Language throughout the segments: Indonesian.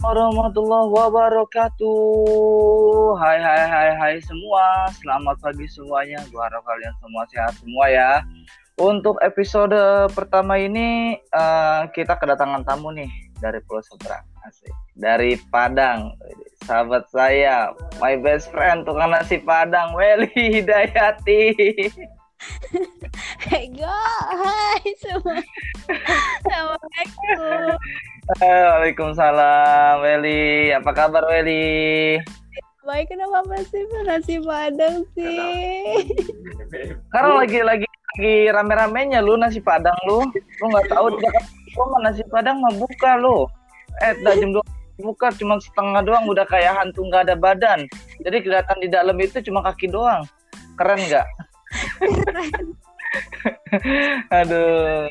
Warahmatullahi wabarakatuh. Hai hai hai hai semua. Selamat pagi semuanya. Gua harap kalian semua sehat semua ya. Untuk episode pertama ini kita kedatangan tamu nih dari Pulau Seberang. Asik. Dari Padang. Sahabat saya, my best friend tukang nasi Padang, Weli Hidayati. Hai semua. Assalamualaikum. Waalaikumsalam, Weli. Apa kabar, Weli? Baik, kenapa masih nasi Padang sih? Sekarang lagi rame-ramenya lu nasi Padang lu. Lu nggak tahu di Jakarta nasi Padang mah buka lu. Jam 2 buka cuma setengah doang udah kayak hantu nggak ada badan. Jadi kelihatan di dalam itu cuma kaki doang. Keren nggak? Keren. Aduh.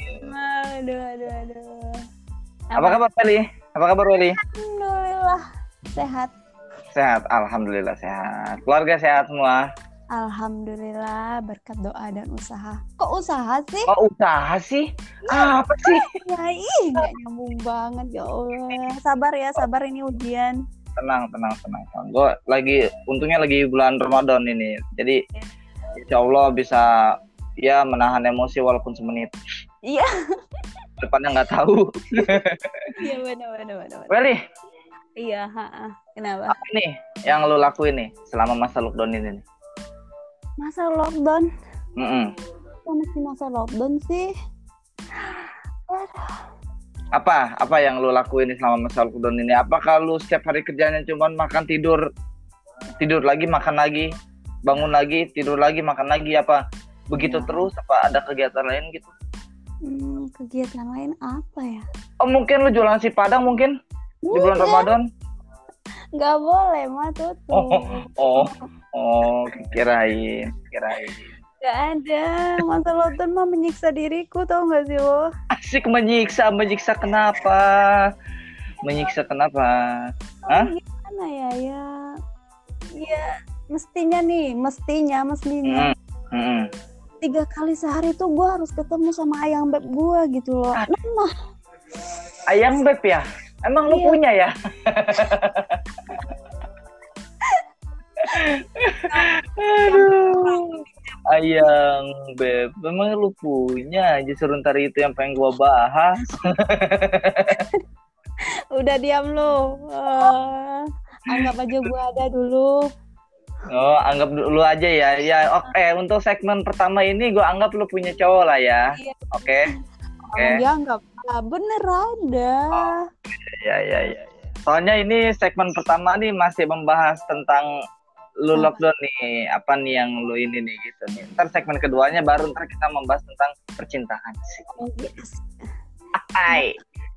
Apa kabar, Weli? Apa kabar, Weli? Alhamdulillah sehat. Sehat, alhamdulillah sehat. Keluarga sehat semua. Alhamdulillah berkat doa dan usaha. Kok usaha sih? Oh, usaha sih? Apa sih? Ya nggak nyambung banget ya Allah. Sabar ini ujian. Tenang. Gue untungnya lagi bulan Ramadan ini. Jadi insya Allah bisa ya menahan emosi walaupun semenit. Iya. Depannya nggak tahu. Iya benar. Weli. Iya, kenapa? Apa nih yang lo lakuin nih selama masa lockdown ini nih? Masa lockdown? Masih masa lockdown sih. Apa yang lo lakuin nih selama masa lockdown ini? Apakah lo setiap hari kerjanya cuma makan tidur lagi makan lagi, bangun lagi tidur lagi makan lagi, apa begitu terus? Apa ada kegiatan lain gitu? Kegiatan lain apa ya? Oh, mungkin lo jualan nasi Padang mungkin di bulan Ramadan? Nggak boleh mah tutup. Oh, kirain. Nggak ada. Masa lockdown mah menyiksa diriku, tau nggak sih lo? Asik, menyiksa kenapa? Menyiksa kenapa? Hah? Gimana ya? Ya mestinya 3 kali sehari tuh gue harus ketemu sama ayang beb gue gitu loh. Ayang beb ya? Emang lu punya ya? Aduh. Ayang beb, memang lu punya? Justru ntar itu yang pengen gua bahas. Udah diam lu. Anggap aja gua ada dulu. Oh, anggap dulu aja ya. Ya, oke. Untuk segmen pertama ini gua anggap lu punya cowok lah ya. Iya. Oke. Dianggap. Bener ada. Oh, ya. Soalnya ini segmen pertama nih masih membahas tentang lu lockdown nih, apa nih yang lu ini nih gitu nih. Ntar segmen keduanya baru kita membahas tentang percintaan sih. Oh, yes. Hai.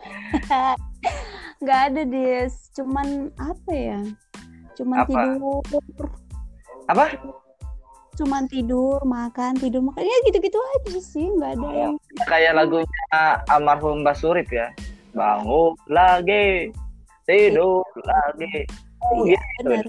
Nggak ada Des, cuman apa ya? Tidur. Apa? Cuman tidur, makan, ya gitu-gitu aja sih, nggak ada yang kayak lagunya almarhum Mbah Surip ya. Bangun lagi, tidur lagi. Iya, gitu. Benar.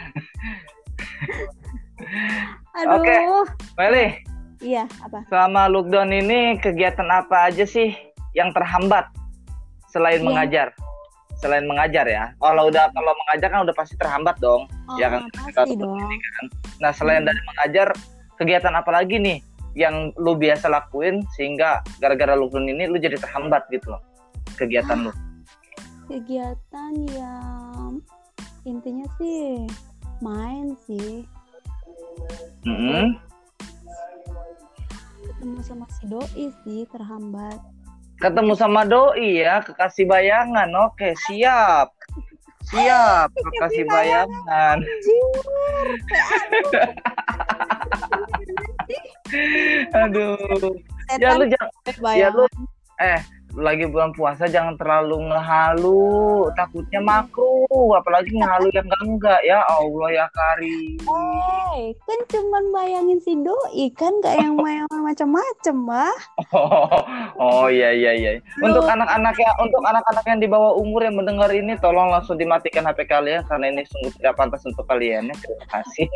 Aduh. Oke, Meli. Iya, apa? Selama lockdown ini kegiatan apa aja sih yang terhambat selain mengajar? Selain mengajar ya. Kalau mengajar kan udah pasti terhambat dong. Ya kan? Pasti dong. Kan? Nah, selain dari mengajar, kegiatan apa lagi nih yang lu biasa lakuin sehingga gara-gara lockdown ini lu jadi terhambat gitu loh kegiatan lu? Kegiatan yang intinya sih main sih. Ketemu sama si doi sih terhambat. Ketemu sama doi ya, kekasih bayangan. Oke, siap. Kekasih bayangan. Aduh. Ya lu jangan. Lagi bulan puasa jangan terlalu ngehalu, takutnya makruh, apalagi ngehalu yang enggak ya Allah ya Karim. Kan cuman bayangin si doi kan, nggak yang macam-macam, Mbak. Oh iya. Untuk anak-anak yang di bawah umur yang mendengar ini, tolong langsung dimatikan HP kalian karena ini sungguh tidak pantas untuk kalian ya. Terima kasih.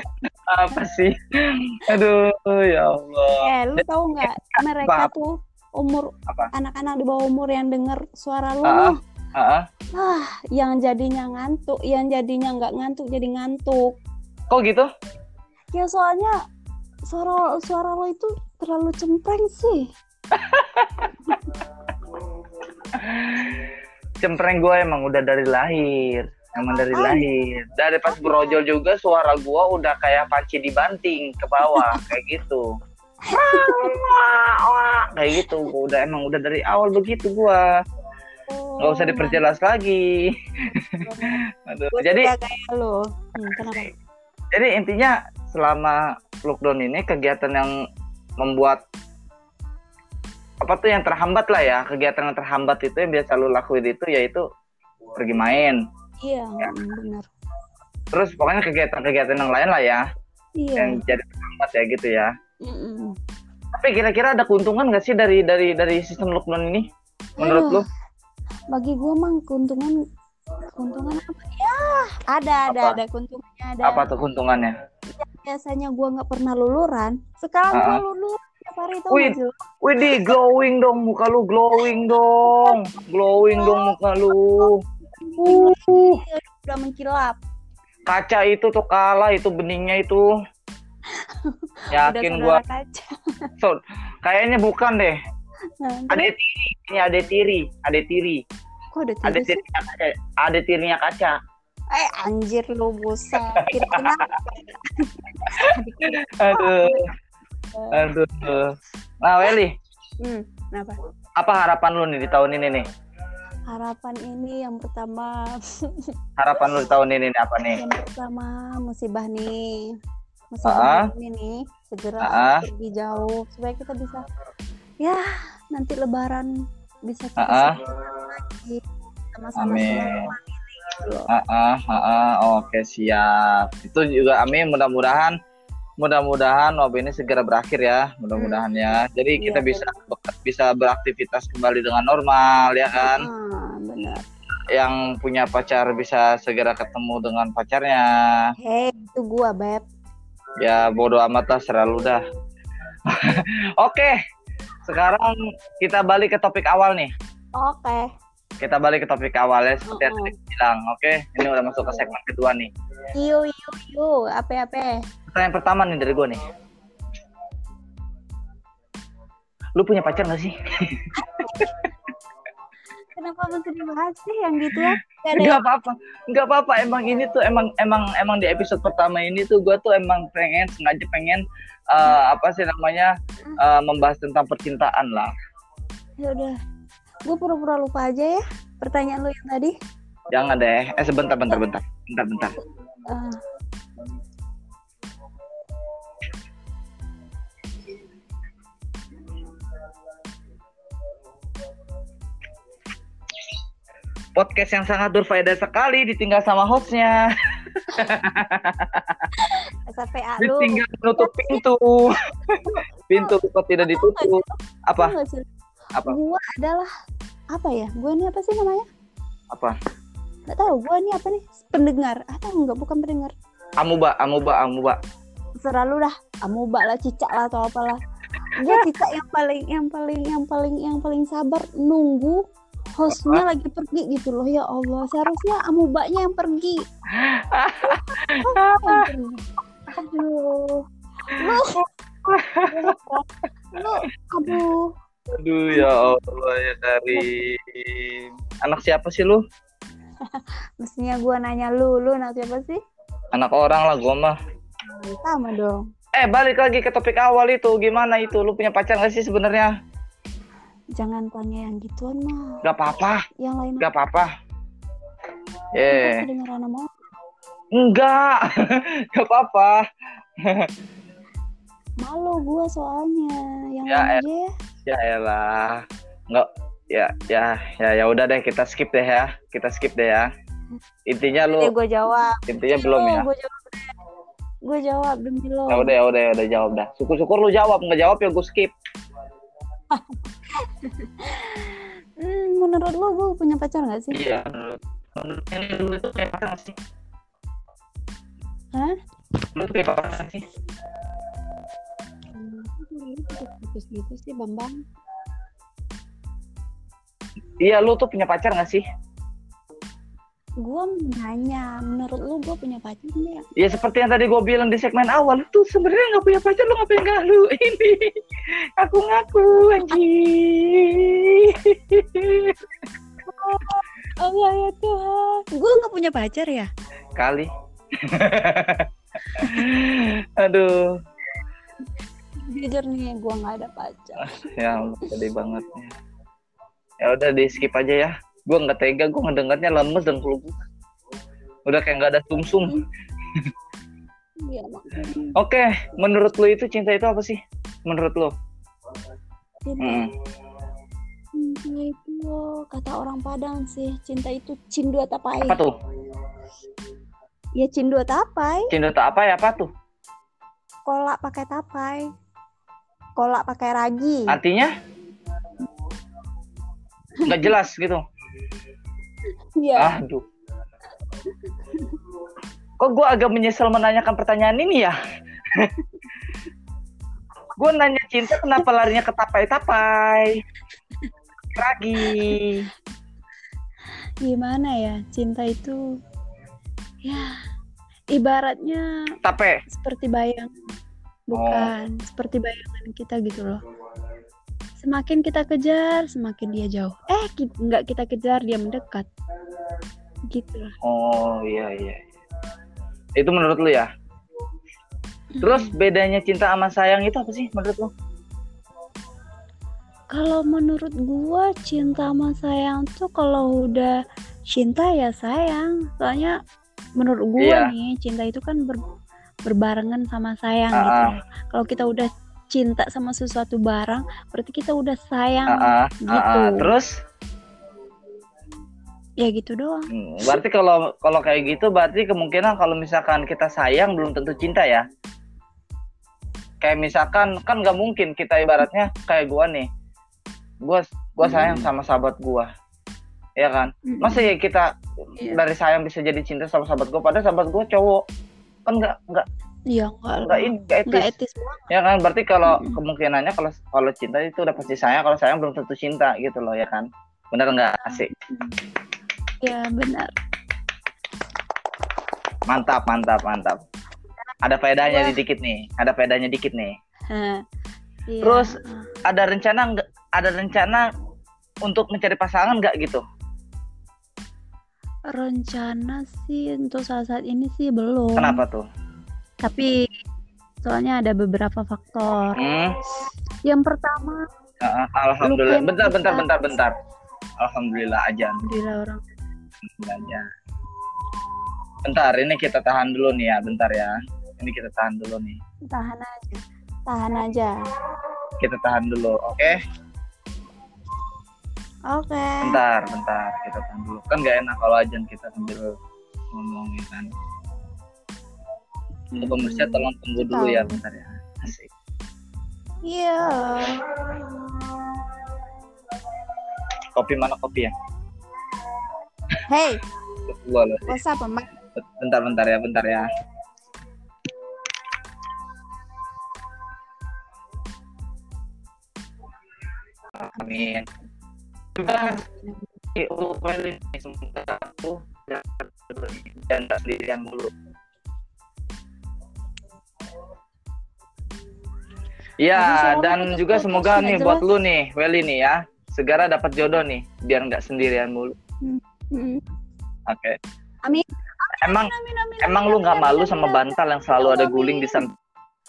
Apa sih? Aduh ya Allah. Lu tahu nggak mereka tuh umur Apa? anak-anak di bawah umur yang denger suara lu Ah, nih. ah, Yang jadinya ngantuk, yang jadinya nggak ngantuk jadi ngantuk. Kok gitu? Ya soalnya suara lo itu terlalu cempreng sih. Cempreng gue emang udah dari lahir. Emang dari lahir. Dari pas brojol juga suara gue udah kayak panci dibanting ke bawah. Kayak gitu. Kayak gitu. Emang udah dari awal begitu gue. Nggak usah diperjelas lagi. Aduh. Jadi kayak lo. Kenapa? Jadi intinya selama lockdown ini kegiatan yang membuat apa tuh yang terhambat lah ya, kegiatan yang terhambat itu yang biasa lu lakuin itu yaitu pergi main. Iya, ya. Benar. Terus pokoknya kegiatan-kegiatan yang lain lah ya, yang jadi terhambat ya gitu ya. Tapi kira-kira ada keuntungan nggak sih dari sistem lockdown ini menurut lu? Bagi gue mah keuntungan apa ya? Ada keuntungannya. Apa tuh keuntungannya? Biasanya gue nggak pernah luluran, sekarang gue lulur tiap hari tuh. Widih, glowing dong muka lu, glowing dong muka lu. Udah mengkilap. Kaca itu tuh kalah itu beningnya itu. Yakin gue. So, kayaknya bukan deh. Ada tiri. Kok ada tirinya kaca. Anjir lu buset. Aduh. Nah, Welly. Kenapa? Apa harapan lu nih di tahun ini nih? Harapan ini yang pertama. Harapan lu di tahun ini nih apa nih? Yang pertama musibah nih. Musibah ini nih segera pergi jauh supaya kita bisa nanti lebaran bisa kita lagi sama-sama. Amin. Oke, siap. Itu juga amin, mudah-mudahan wabah ini segera berakhir ya, mudah-mudahan ya. Jadi kita bisa beraktivitas kembali dengan normal ya kan. Benar. Yang punya pacar bisa segera ketemu dengan pacarnya. Itu gua, Beb. Ya bodo amat lah, selalu dah. Oke. Sekarang kita balik ke topik awal nih. Oke. Kita balik ke topik awalnya seperti yang tadi bilang. Oke, ini udah masuk ke segmen kedua nih. Yuk. Apa? Pertanyaan pertama nih dari gue nih. Lu punya pacar nggak sih? Kenapa mesti dibahas sih yang gitu ya? Nggak apa-apa. Emang ini tuh emang di episode pertama ini tuh gue tuh emang sengaja pengen membahas tentang percintaan lah. Ya udah. Gue pura-pura lupa aja ya pertanyaan lu yang tadi. Jangan deh. Sebentar. Podcast yang sangat berfaedah sekali ditinggal sama hostnya. SPA lu. Ditinggal menutup pintu. Pintu kok tidak ditutup. Apa? Gua adalah apa ya? Gua ini apa sih namanya? Apa? Nggak tahu. Gua ini apa nih? Pendengar atau enggak? Bukan pendengar. Amuba. Selalu dah. Amuba lah, cicak lah atau apalah. Gua cicak yang paling sabar nunggu hostnya lagi pergi gitu loh. Ya Allah, seharusnya amubanya yang pergi. Aduh. Aduh ya Allah ya Karim. Anak siapa sih lu? Mestinya gue nanya lu anak siapa sih? Anak orang lah gue mah. Sama dong. Balik lagi ke topik awal itu. Gimana itu? Lu punya pacar gak sih sebenarnya? Jangan tanya yang gituan mah. Gak apa-apa. Yang lain. Gak apa-apa. Kedengeran sama enggak. Gak apa-apa. Malu gue soalnya. Yang lain aja ya. Ya elah. Enggak. Ya udah deh, kita skip deh ya. Intinya lu. Gue jawab. Intinya belum ya. Gue jawab demi lo. Ya udah jawab dah. Syukur-syukur lu jawab, nggak jawab ya gue skip. Menurut lo gue punya pacar nggak sih? Iya. Menurutnya lu itu kayak pacar nggak sih? Hah? Lu tuh kayak pacar nggak sih? Gitu sih Bambang. Iya, lu tuh punya pacar nggak sih? Gue nanya, menurut lu gue punya pacar nggak? Ya seperti yang tadi gue bilang di segmen awal, tuh sebenarnya nggak punya pacar, lu ngapain ngalu ini? Aku ngaku anjing. Allah ya Tuhan, gue nggak punya pacar ya? Kali. Aduh. Jujur nih, gue nggak ada pacar. Ya Allah, sedih banget. Ya udah di skip aja ya. Gue nggak tega, gue ngedengarnya lemes dan kelugu. Udah kayak nggak ada sumsum. Iya makanya. Oke, menurut lu itu cinta itu apa sih? Menurut lu? Cinta itu kata orang Padang sih, cinta itu cindu tapai. Apa tuh? Ya cindu tapai. Cinta tak apa ya, apa tuh? Kolak pakai tapai. Kolak pakai ragi. Artinya? Nggak jelas gitu. Iya. Aduh. Kok gue agak menyesal menanyakan pertanyaan ini ya? Gue nanya cinta kenapa larinya ke tapai-tapai? Lagi. Gimana ya, cinta itu ya ibaratnya Tape. seperti bayang. Bukan, seperti bayangan kita gitu loh. Semakin kita kejar, semakin dia jauh. Nggak kita kejar, dia mendekat. Gitu lah. Oh iya. Itu menurut lu ya? Terus bedanya cinta sama sayang itu apa sih menurut lu? Kalau menurut gua cinta sama sayang tuh kalau udah cinta ya sayang. Soalnya menurut gua nih cinta itu kan berbarengan sama sayang gitu loh. Kalau kita udah cinta sama sesuatu barang, berarti kita udah sayang gitu. Terus? Ya gitu doang. Berarti kalau kayak gitu berarti kemungkinan kalau misalkan kita sayang belum tentu cinta ya. Kayak misalkan kan nggak mungkin kita ibaratnya kayak gua nih. Gua sayang sama sahabat gua. Ya kan? Masa ya kita dari sayang bisa jadi cinta sama sahabat gua padahal sahabat gua cowok. Kan nggak iya nggak etis banget. Ya kan? Berarti kalau kemungkinannya kalau cinta itu udah pasti sayang, kalau sayang belum tentu cinta gitu loh ya kan? Benar nggak? Asik. Ya benar. Mantap. Ada faedahnya dikit nih. Iya. Terus ada rencana untuk mencari pasangan nggak gitu? Rencana sih untuk saat ini sih belum. Kenapa tuh? Tapi soalnya ada beberapa faktor. Yang pertama, alhamdulillah. Bentar. Alhamdulillah aja. Alhamdulillah orang. Bentar, ini kita tahan dulu nih ya, bentar ya. Ini kita tahan dulu nih. Tahan aja. Kita tahan dulu, oke? Oke. Bentar, kita tahan dulu. Kan gak enak kalau ajan kita sambil ngomong kan. Untuk pemirsa tolong tunggu dulu ya, bentar ya. Asik. Iya. Kopi mana kopi ya? Hey. What's up, Mak? Bentar ya. Amin. Untuk ini semoga aku dan tak sendirian dulu. Ya, dan juga semoga nih buat lu nih, Welly nih ya, segera dapat jodoh nih, biar nggak sendirian mulu. Oke. Amin. Emang lu nggak malu sama bantal yang selalu ada guling di sana?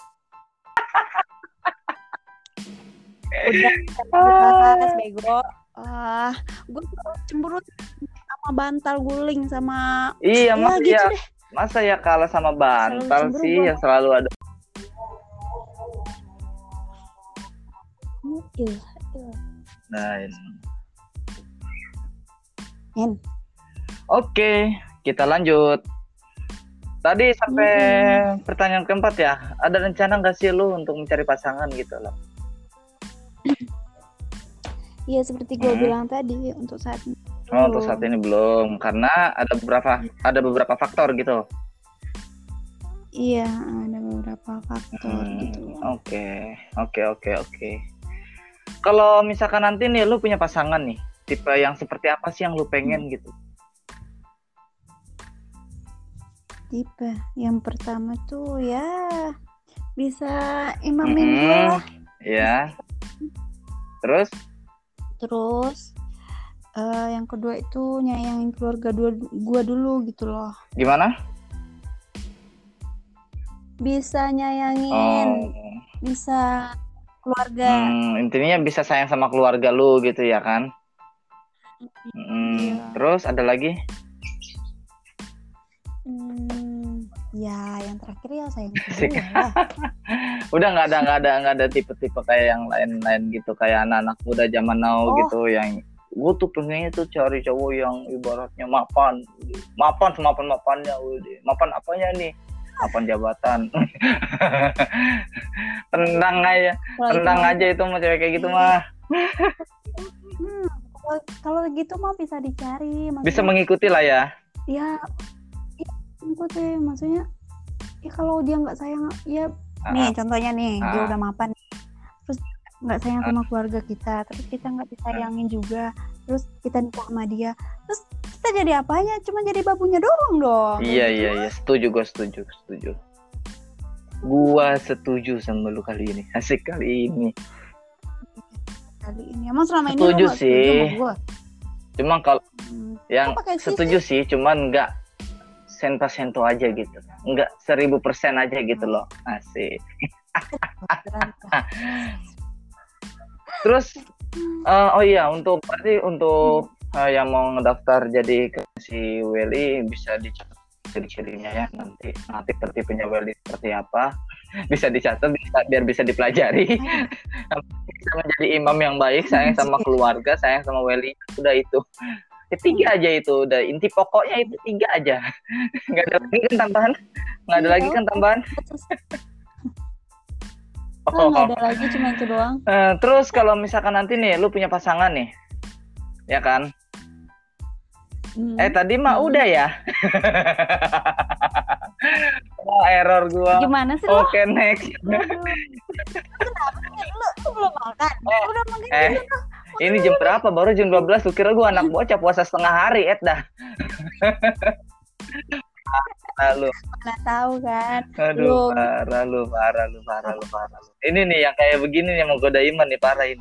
Udah, bego. Gue cemburu sama bantal guling sama. Iya, gitu deh. Masa ya kalah sama bantal sih yang selalu ada. Oke, kita lanjut. Tadi sampai pertanyaan keempat ya. Ada rencana nggak sih lu untuk mencari pasangan gitu loh? Iya seperti gue bilang tadi untuk saat ini. Untuk saat ini belum, karena ada beberapa faktor gitu. Iya, ada beberapa faktor gitu. Oke. Kalau misalkan nanti nih lu punya pasangan nih, tipe yang seperti apa sih yang lu pengen gitu? Tipe yang pertama tuh ya bisa imamin gue lah. Ya. Terus yang kedua itu nyayangin keluarga gue dulu gitu loh. Gimana? Bisa nyayangin, bisa keluarga. Intinya bisa sayang sama keluarga lu gitu ya kan? Iya. Terus ada lagi? Ya yang terakhir ya sayang kedua lah. Udah nggak ada tipe-tipe kayak yang lain-lain gitu, kayak anak-anak muda zaman now gitu yang gue tuh pengennya tuh cari cowok yang ibaratnya mapan semapan-mapannya, mapan apanya nih? Mapan jabatan. Tendang aja itu mah cewek kayak gitu mah. Kalau gitu mah bisa dicari. Maksudnya, bisa mengikuti lah ya. Ya mengikuti, maksudnya ya kalau dia nggak sayang ya nih contohnya nih dia udah mapan terus nggak sayang sama keluarga kita, terus kita nggak disayangin juga, terus kita nikah sama dia, terus kita jadi apanya? Cuma jadi babunya doang dong. Iya setuju, gue setuju. Gua setuju sama lu kali ini, asik kali ini. Emang selama ini setuju lu sih setuju sama gua? Cuma kalau yang setuju sih cuman nggak sento aja gitu, nggak 1000% aja gitu loh, asik. Terus oh iya, untuk yang mau ngedaftar jadi ke si Welly bisa dicatat ciri-cirinya ya, nanti tipe-tipenya Welly seperti apa bisa dicatat, biar bisa dipelajari. Bisa menjadi imam yang baik, sayang sama keluarga, sayang sama Welly, udah itu. Tiga aja itu udah inti pokoknya, itu 3 aja. Nggak ada lagi kan tambahan? Nggak ada lagi kan tambahan? Nggak ada lagi, cuma itu doang. Terus kalau misalkan nanti nih lu punya pasangan nih, ya kan? Tadi mah udah ya. Error gua. Gimana sih? Oke, next. Lu belum makan? Udah makan gitu. Ini jam berapa? Baru jam 12. Lu kira gua anak bocah puasa setengah hari, dah. Lu. Mana tahu kan. Aduh, parah lu. Ini nih yang kayak begini yang menggoda iman nih, parah ini.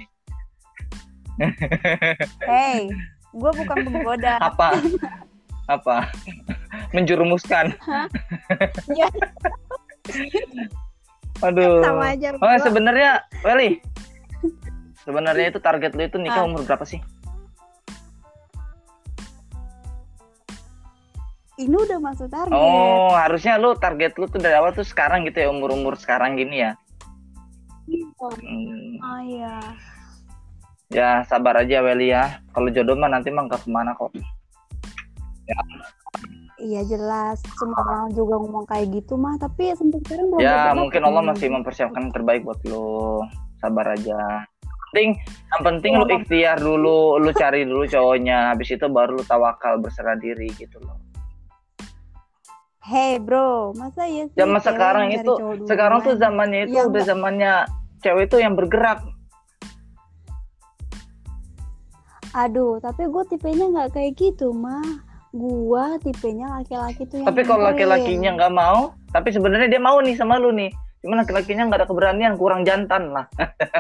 Hey, gue bukan menggoda. Apa? Menjerumuskan. Iya. Aduh. Sama aja. Sebenarnya, Welly. Sebenarnya itu target lu itu nikah umur berapa sih? Ini udah masuk target. Oh, harusnya lu target lu tuh dari awal tuh sekarang gitu ya, umur sekarang gini ya. Oh iya. Ya sabar aja Welly ya. Kalau jodoh mah nanti mah nggak kemana kok. Ya. Iya jelas. Semua orang juga ngomong kayak gitu mah. Tapi sampai sekarang belum. Ya mungkin Allah masih mempersiapkan yang terbaik buat lu. Sabar aja. Yang penting lu ikhtiar dulu, lu cari dulu cowoknya. Habis itu baru lu tawakal, berserah diri gitu loh. Hey bro, masa ya sih? Zaman sekarang tuh zamannya itu udah zamannya cewek itu yang bergerak. Aduh, tapi gue tipenya nggak kayak gitu mah. Gue tipenya laki-laki tuh yang. Tapi kalau laki-lakinya nggak mau, tapi sebenarnya dia mau nih sama lu nih. Cuman laki-lakinya nggak ada keberanian, kurang jantan lah.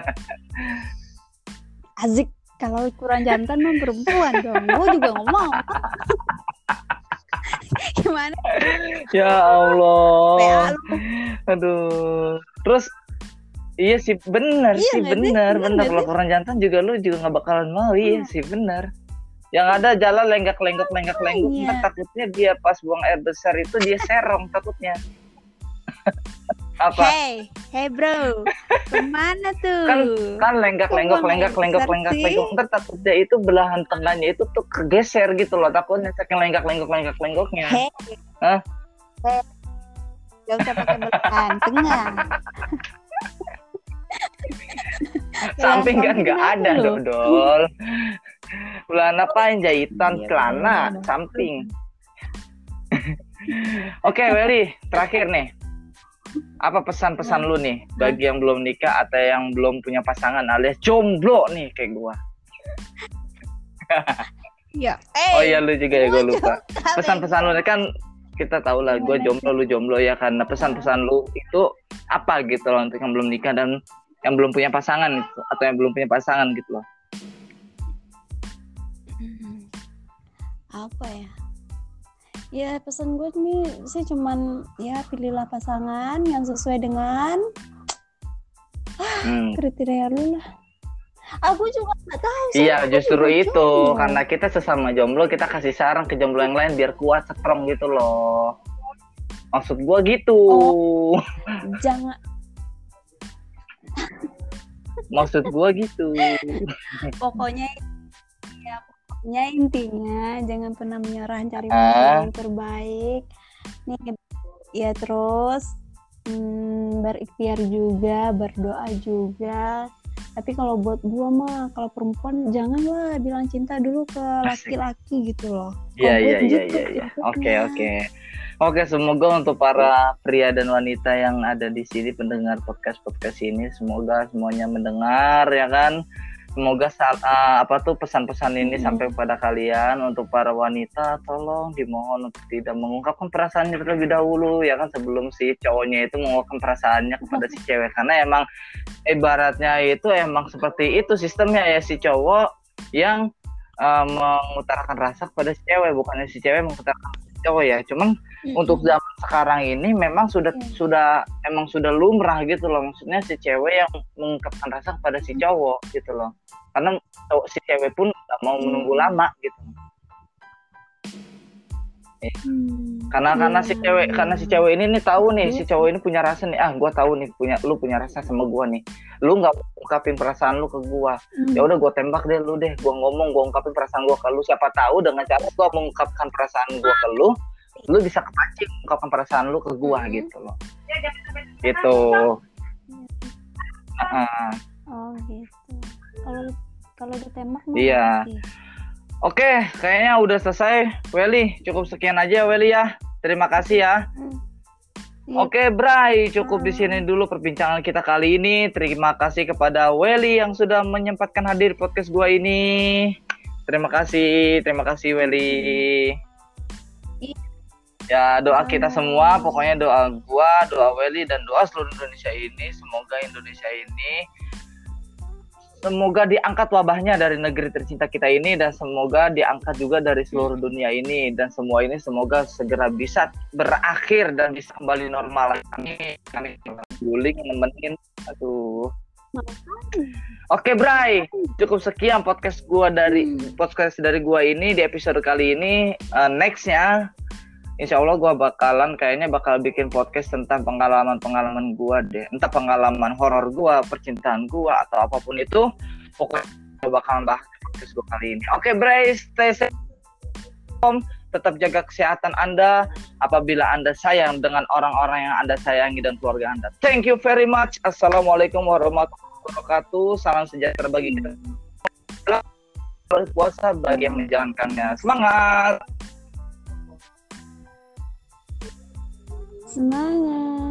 Azik, kalau kurang jantan mah perempuan dong. Gue juga ngomong. Gimana? Ya Allah. Aduh. Terus iya sih benar. Kalau kurang jantan juga lu juga nggak bakalan mau. Iya sih benar. Yang ada jalan lenggak-lenggok. Iya. Takutnya dia pas buang air besar itu dia serong takutnya. Apa? Hey bro, kemana tuh? Kan lenggak-lenggok. Ntar takutnya itu belahan tengahnya itu tuh kegeser gitu loh, takutnya saking lenggak-lenggoknya. Hah? Gak usah pakai belahan tengah. Samping kan nggak ada dodol. Belahan apa? Jahitan celana samping. Oke, Welly, terakhir nih. Apa pesan-pesan lu nih bagi yang belum nikah atau yang belum punya pasangan alias jomblo nih kayak gua? Ya, Oh iya lu juga ya, gue lupa. Kali. Pesan-pesan lu kan kita tahu lah, gue jomblo, lu jomblo ya, karena pesan-pesan lu itu apa gitu loh untuk yang belum nikah dan yang belum punya pasangan gitu, atau yang belum punya pasangan gitu loh. Apa ya? Ya pesan gue nih sih cuman ya pilihlah pasangan yang sesuai dengan kriteria lu lah. Aku juga nggak tahu. Iya, justru itu jomblo. karena kita sesama jomblo, kita kasih saran ke jomblo yang lain biar kuat, strong gitu loh. Maksud gue gitu. Oh, jangan. Maksud gue gitu. Pokoknya intinya jangan pernah menyerah cari yang terbaik. Nih ya terus berikhtiar juga, berdoa juga. Tapi kalau buat gua mah kalau perempuan janganlah bilang cinta dulu ke laki-laki gitu loh. Iya. Oke, semoga untuk para pria dan wanita yang ada di sini pendengar podcast ini, semoga semuanya mendengar ya kan. Semoga pesan-pesan ini sampai kepada kalian. Untuk para wanita, tolong dimohon untuk tidak mengungkapkan perasaannya terlebih dahulu ya kan, sebelum si cowoknya itu mengungkapkan perasaannya kepada si cewek, karena emang ibaratnya itu emang seperti itu sistemnya ya, si cowok yang mengutarakan rasa kepada si cewek, bukannya si cewek mengutarakan si cowok ya. Cuman untuk zaman sekarang ini memang sudah lumrah gitu loh, maksudnya si cewek yang mengungkapkan rasa kepada si cowok gitu loh, karena si cewek pun nggak mau menunggu lama gitu. Karena si cewek ini nih tahu nih, si cowok ini punya rasa nih, gue tahu nih lu punya rasa sama gue nih, lu nggak ungkapin perasaan lu ke gue, ya udah gue tembak deh lu deh, gue ungkapin perasaan gue ke lu, siapa tahu dengan cara gue mengungkapkan perasaan gue ke lu bisa kepancing ungkapkan perasaan lu ke gue gitu loh. Gitu. Oh gitu. Kalau ditembak mah. Iya. Oke, kayaknya udah selesai, Welly. Cukup sekian aja, Welly ya. Terima kasih ya. Oke, Bray, cukup di sini dulu perbincangan kita kali ini. Terima kasih kepada Welly yang sudah menyempatkan hadir podcast gua ini. Terima kasih Welly. Ya, doa kita semua, pokoknya doa gua, doa Welly, dan doa seluruh Indonesia ini, semoga Indonesia ini diangkat wabahnya dari negeri tercinta kita ini, dan semoga diangkat juga dari seluruh dunia ini, dan semua ini semoga segera bisa berakhir dan bisa kembali normal. Kami guling nemenin. Aduh. Oke, Bray, cukup sekian podcast dari gua ini di episode kali ini. Nextnya Insya Allah gue bakal bikin podcast tentang pengalaman gue deh. Entah pengalaman horor gue, percintaan gue, atau apapun itu. Pokoknya gue bakal bahas podcast gue kali ini. Oke, Bray, stay safe. Tetap jaga kesehatan Anda apabila Anda sayang dengan orang-orang yang Anda sayangi dan keluarga Anda. Thank you very much. Assalamualaikum warahmatullahi wabarakatuh. Salam sejahtera bagi kita. Berpuasa bagi yang menjalankannya. Semangat! Semangat.